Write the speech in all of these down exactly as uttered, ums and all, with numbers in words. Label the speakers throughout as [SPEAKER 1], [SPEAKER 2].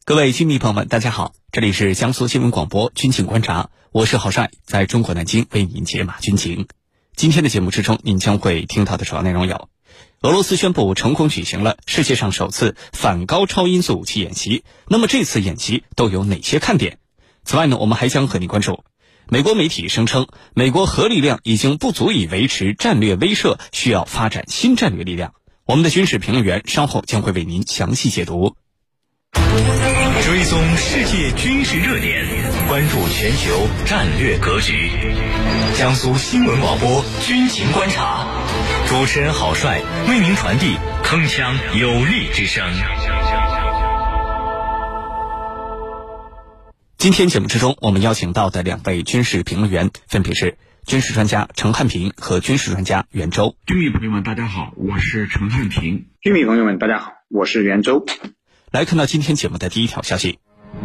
[SPEAKER 1] 各位军迷朋友们，大家好，这里是江苏新闻广播军情观察，我是郝帅，在中国南京为您解码军情。今天的节目之中，您将会听到的主要内容有：俄罗斯宣布成功举行了世界上首次反高超音速武器演习，那么这次演习都有哪些看点？此外呢，我们还将和你关注美国媒体声称，美国核力量已经不足以维持战略威慑，需要发展新战略力量。我们的军事评论员稍后将会为您详细解读。
[SPEAKER 2] 追踪世界军事热点，关注全球战略格局。江苏新闻广播军情观察，主持人郝帅为您传递铿锵有力之声。
[SPEAKER 1] 今天节目之中，我们邀请到的两位军事评论员分别是军事专家陈汉平和军事专家袁周。
[SPEAKER 3] 军迷朋友们大家好，我是陈汉平。
[SPEAKER 4] 军迷朋友们大家好，我是袁周。
[SPEAKER 1] 来看到今天节目的第一条消息。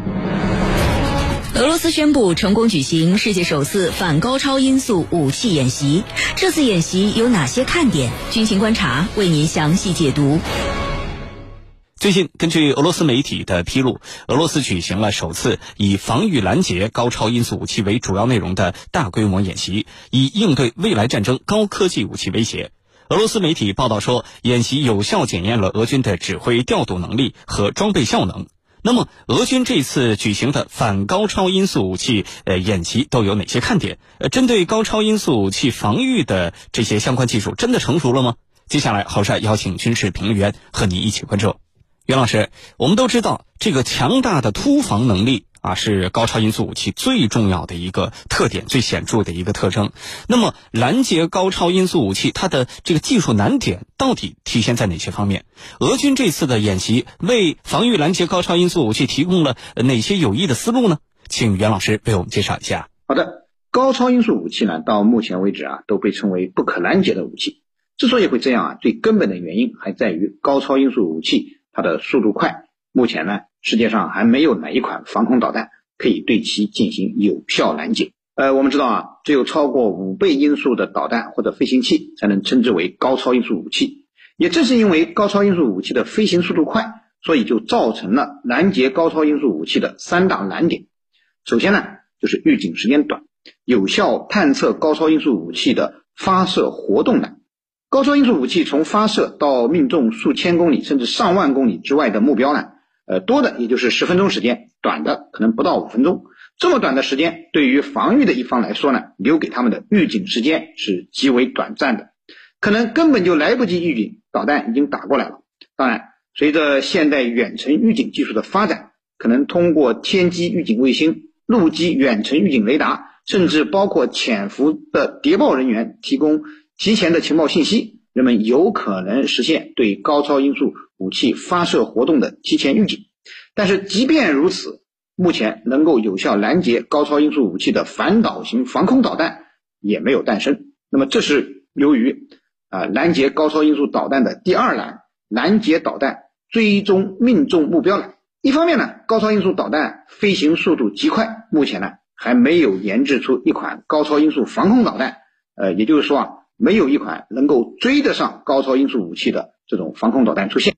[SPEAKER 5] 俄罗斯宣布成功举行世界首次反高超音速武器演习，这次演习有哪些看点？军情观察为您详细解读。
[SPEAKER 1] 最近，根据俄罗斯媒体的披露，俄罗斯举行了首次以防御拦截高超音速武器为主要内容的大规模演习，以应对未来战争高科技武器威胁。俄罗斯媒体报道说，演习有效检验了俄军的指挥调度能力和装备效能。那么，俄军这次举行的反高超音速武器呃演习都有哪些看点？呃，针对高超音速武器防御的这些相关技术真的成熟了吗？接下来，郝帅邀请军事评论员和你一起关注。袁老师，我们都知道，这个强大的突防能力啊，是高超音速武器最重要的一个特点，最显著的一个特征。那么，拦截高超音速武器，它的这个技术难点到底体现在哪些方面？俄军这次的演习为防御拦截高超音速武器提供了哪些有益的思路呢？请袁老师为我们介绍一下。
[SPEAKER 4] 好的，高超音速武器呢，到目前为止啊，都被称为不可拦截的武器。之所以会这样啊，最根本的原因还在于高超音速武器它的速度快。目前呢，世界上还没有哪一款防空导弹可以对其进行有效拦截。呃，我们知道啊，只有超过五倍音速的导弹或者飞行器才能称之为高超音速武器。也正是因为高超音速武器的飞行速度快，所以就造成了拦截高超音速武器的三大难点。首先呢，就是预警时间短，有效探测高超音速武器的发射活动难。高超音速武器从发射到命中数千公里甚至上万公里之外的目标呢，呃，多的也就是十分钟时间，短的可能不到五分钟。这么短的时间，对于防御的一方来说呢，留给他们的预警时间是极为短暂的，可能根本就来不及预警，导弹已经打过来了。当然，随着现代远程预警技术的发展，可能通过天基预警卫星、陆基远程预警雷达，甚至包括潜伏的谍报人员提供提前的情报信息，人们有可能实现对高超音速武器发射活动的提前预警。但是即便如此，目前能够有效拦截高超音速武器的反导型防空导弹也没有诞生。那么这是由于呃拦截高超音速导弹的第二难，拦截导弹追踪命中目标难。一方面呢，高超音速导弹飞行速度极快，目前呢还没有研制出一款高超音速防空导弹，呃也就是说啊，没有一款能够追得上高超音速武器的这种防空导弹出现。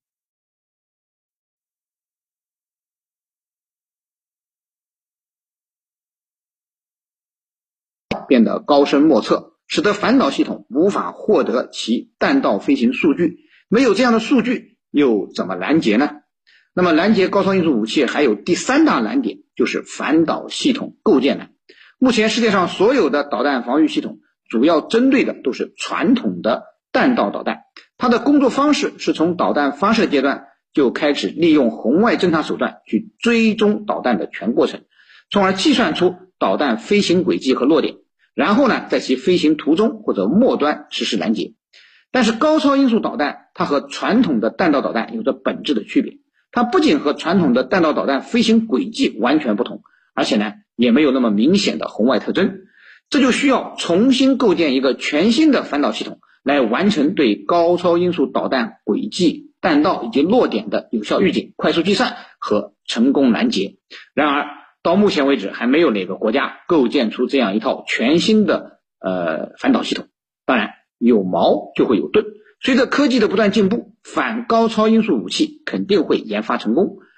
[SPEAKER 4] 变得高深莫测，使得反导系统无法获得其弹道飞行数据。没有这样的数据，又怎么拦截呢？那么拦截高超音速武器还有第三大难点，就是反导系统构建难。目前世界上所有的导弹防御系统主要针对的都是传统的弹道导弹，它的工作方式是从导弹发射阶段就开始利用红外侦察手段去追踪导弹的全过程，从而计算出导弹飞行轨迹和落点，然后呢，在其飞行途中或者末端实施拦截。但是高超音速导弹它和传统的弹道导弹有着本质的区别，它不仅和传统的弹道导弹飞行轨迹完全不同，而且呢也没有那么明显的红外特征。这就需要重新构建一个全新的反导系统，来完成对高超音速导弹轨迹、弹道以及落点的有效预警、快速计算和成功拦截。然而到目前为止，还没有哪个国家构建出这样一套全新的呃反导系统。当然，有矛就会有盾，随着科技的不断进步，反高超音速武器肯定会研发成功。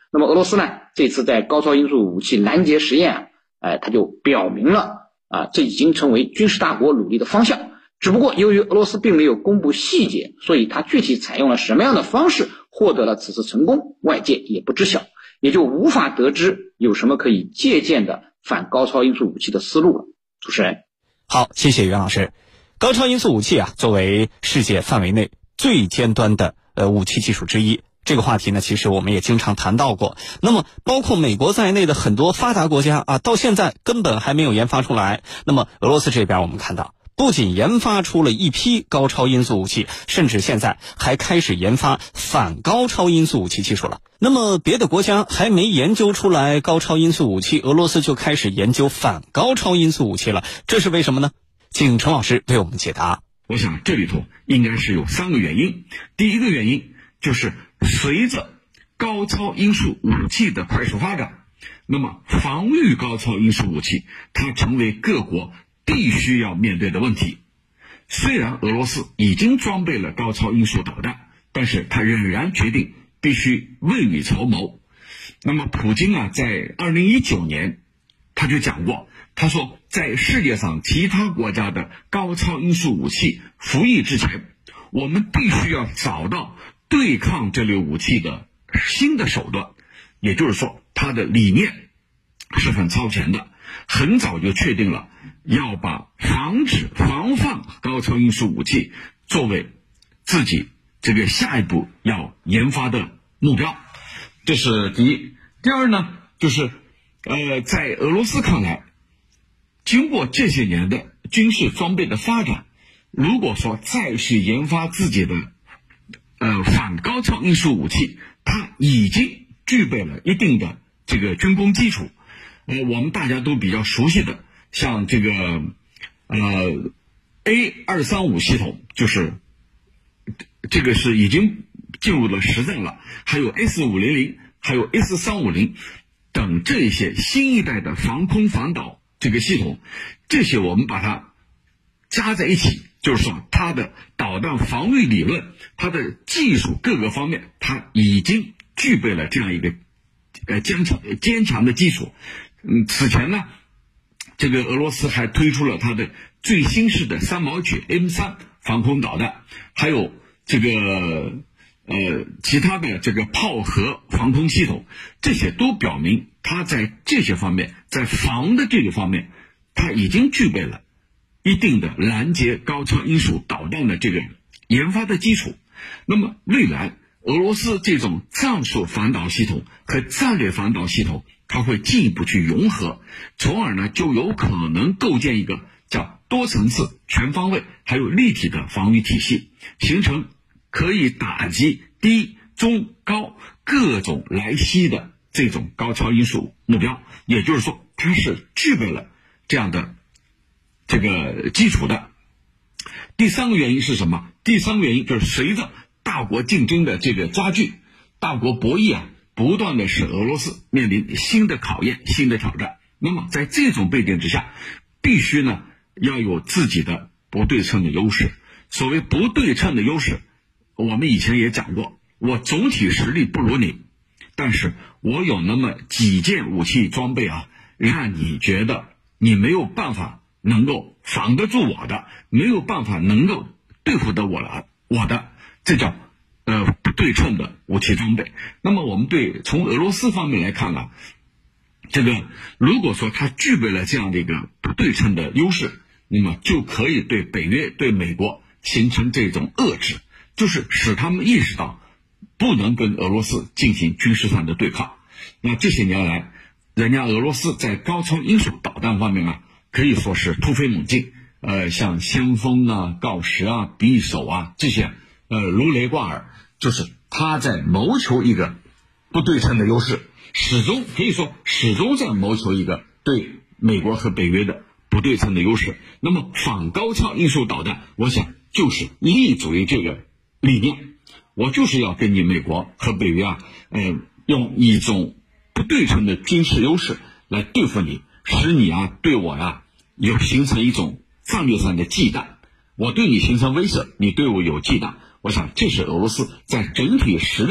[SPEAKER 4] 那么俄罗斯呢，这次在高超音速武器拦截实验啊，哎、呃，它就表明了啊，这已经成为军事大国努力的方向。只不过由于俄罗斯并没有公布细节，所以它具体采用了什么样的方式获得了此次成功，外界也不知晓，也就无法得知有什么可以借鉴的反高超音速武器的思路了。主持人，
[SPEAKER 1] 好，谢谢袁老师。高超音速武器啊，作为世界范围内最尖端的呃武器技术之一，这个话题呢，其实我们也经常谈到过。那么，包括美国在内的很多发达国家啊，到现在根本还没有研发出来。那么，俄罗斯这边我们看到，不仅研发出了一批高超音速武器，甚至现在还开始研发反高超音速武器技术了。那么，别的国家还没研究出来高超音速武器，俄罗斯就开始研究反高超音速武器了，这是为什么呢？请陈老师为我们解答。
[SPEAKER 3] 我想这里头应该是有三个原因。第一个原因就是随着高超音速武器的快速发展，那么防御高超音速武器它成为各国必须要面对的问题。虽然俄罗斯已经装备了高超音速导弹，但是它仍然决定必须未雨绸缪。那么普京啊，在二零一九年他就讲过，他说在世界上其他国家的高超音速武器服役之前，我们必须要找到对抗这类武器的新的手段。也就是说，他的理念是很超前的，很早就确定了要把防止防范高超音速武器作为自己这个下一步要研发的目标。这是第一。第二呢，就是呃，在俄罗斯看来，经过这些年的军事装备的发展，如果说再去研发自己的呃反高超音速武器，它已经具备了一定的这个军工基础。呃，我们大家都比较熟悉的，像这个呃 A 二三五 系统，就是这个是已经进入了实战了，还有 S 五零零，还有 S 三五零等这些新一代的防空反导这个系统，这些我们把它加在一起，就是说它的导弹防御理论，它的技术各个方面，它已经具备了这样一个呃坚强坚强的基础。嗯，此前呢，这个俄罗斯还推出了它的最新式的三毛九 M 三防空导弹，还有这个呃其他的这个炮核防空系统，这些都表明它在这些方面，在防的这个方面，它已经具备了一定的拦截高超音速导弹的这个研发的基础。那么未来俄罗斯这种战术反导系统和战略反导系统，它会进一步去融合，从而呢就有可能构建一个叫多层次、全方位还有立体的防御体系，形成可以打击低、中、高各种来袭的这种高超音速目标。也就是说，它是具备了这样的这个基础的。第三个原因是什么？第三个原因就是随着大国竞争的这个加剧，大国博弈啊，不断的使俄罗斯面临新的考验、新的挑战。那么在这种背景之下，必须呢要有自己的不对称的优势。所谓不对称的优势，我们以前也讲过，我总体实力不如你，但是我有那么几件武器装备啊，让你觉得你没有办法能够防得住我的，没有办法能够对付得我了我的，这叫呃不对称的武器装备。那么我们对从俄罗斯方面来看啊，这个如果说它具备了这样的一个不对称的优势，那么就可以对北约、对美国形成这种遏制，就是使他们意识到不能跟俄罗斯进行军事上的对抗。那这些年来，人家俄罗斯在高超音速导弹方面啊，可以说是突飞猛进。呃，像先锋啊、锆石啊、匕首啊这些，呃，如雷贯耳，就是他在谋求一个不对称的优势，始终可以说始终在谋求一个对美国和北约的不对称的优势。那么反高超音速导弹，我想就是立足于这个理念，我就是要跟你美国和北约啊，呃，用一种不对称的军事优势来对付你，使你啊对我呀、啊、有形成一种战略上的忌惮，我对你形成威慑，你对我有忌惮。我想这是俄罗斯在整体实力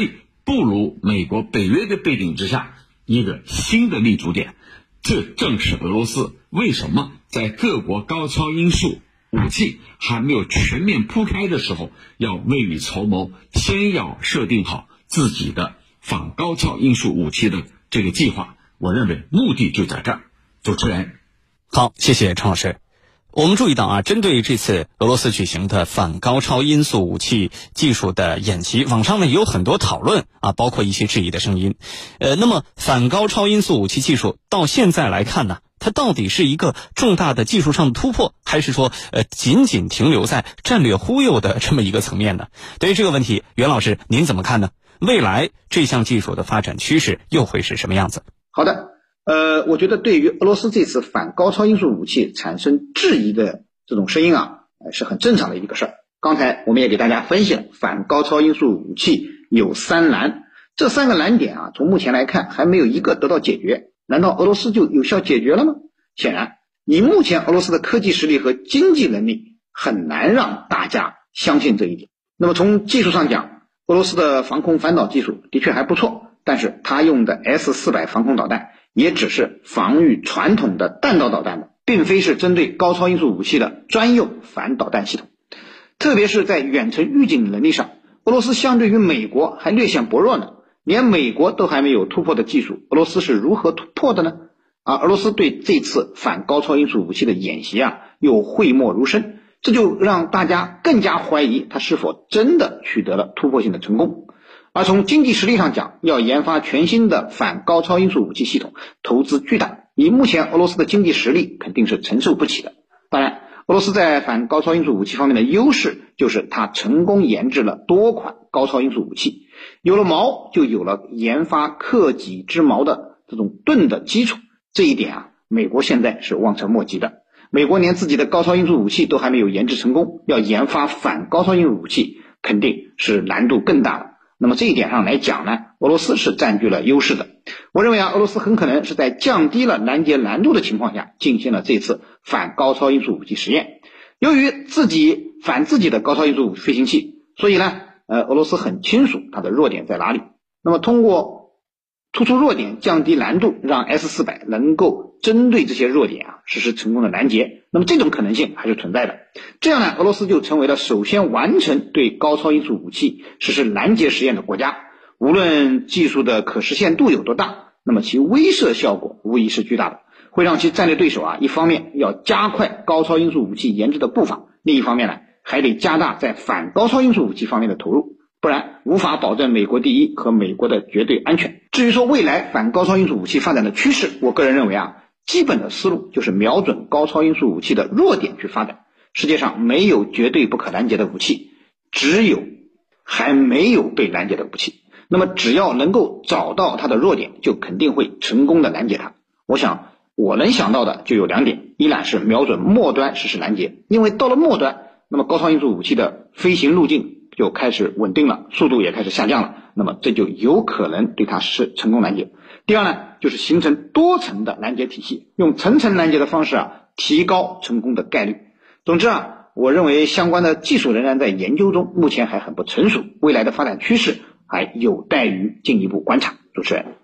[SPEAKER 3] 步入美国北约的背景之下一个新的立足点。这正是俄罗斯为什么在各国高超音速武器还没有全面铺开的时候，要未雨绸缪，先要设定好自己的反高超音速武器的这个计划。我认为目的就在这儿。主持人，
[SPEAKER 1] 好，谢谢陈老师。我们注意到啊，针对这次俄罗斯举行的反高超音速武器技术的演习，网上呢也有很多讨论啊，包括一些质疑的声音。呃，那么反高超音速武器技术到现在来看呢，它到底是一个重大的技术上的突破，还是说呃仅仅停留在战略忽悠的这么一个层面呢？对于这个问题，袁老师您怎么看呢？未来这项技术的发展趋势又会是什么样子？
[SPEAKER 4] 好的。呃，我觉得对于俄罗斯这次反高超音速武器产生质疑的这种声音啊，呃，是很正常的一个事儿。刚才我们也给大家分析了，反高超音速武器有三难，这三个难点啊，从目前来看还没有一个得到解决。难道俄罗斯就有效解决了吗？显然，以目前俄罗斯的科技实力和经济能力，很难让大家相信这一点。那么从技术上讲，俄罗斯的防空反导技术的确还不错，但是它用的 S 四百 防空导弹也只是防御传统的弹道导弹的，并非是针对高超音速武器的专用反导弹系统。特别是在远程预警能力上，俄罗斯相对于美国还略显薄弱呢。连美国都还没有突破的技术，俄罗斯是如何突破的呢？而俄罗斯对这次反高超音速武器的演习啊，又讳莫如深，这就让大家更加怀疑它是否真的取得了突破性的成功。而从经济实力上讲，要研发全新的反高超音速武器系统，投资巨大，以目前俄罗斯的经济实力肯定是承受不起的。当然，俄罗斯在反高超音速武器方面的优势，就是它成功研制了多款高超音速武器，有了矛就有了研发克己之矛的这种盾的基础。这一点啊，美国现在是望尘莫及的。美国连自己的高超音速武器都还没有研制成功，要研发反高超音速武器肯定是难度更大的。那么这一点上来讲呢，俄罗斯是占据了优势的。我认为啊，俄罗斯很可能是在降低了拦截难度的情况下，进行了这次反高超音速武器实验。由于自己反自己的高超音速飞行器，所以呢，呃，俄罗斯很清楚它的弱点在哪里。那么通过突出弱点，降低难度，让 S 四百 能够针对这些弱点啊，实施成功的拦截。那么这种可能性还是存在的。这样呢，俄罗斯就成为了首先完成对高超音速武器实施拦截实验的国家。无论技术的可实现度有多大，那么其威慑效果无疑是巨大的，会让其战略对手啊，一方面要加快高超音速武器研制的步伐，另一方面呢，还得加大在反高超音速武器方面的投入，不然无法保证美国第一和美国的绝对安全。至于说未来反高超音速武器发展的趋势，我个人认为啊，基本的思路就是瞄准高超音速武器的弱点去发展。世界上没有绝对不可拦截的武器，只有还没有被拦截的武器。那么只要能够找到它的弱点，就肯定会成功的拦截它。我想我能想到的就有两点，一呢是瞄准末端实施拦截，因为到了末端，那么高超音速武器的飞行路径就开始稳定了，速度也开始下降了，那么这就有可能对它实施成功拦截。第二呢，就是形成多层的拦截体系，用层层拦截的方式啊，提高成功的概率。总之啊，我认为相关的技术仍然在研究中，目前还很不成熟，未来的发展趋势还有待于进一步观察。主持人。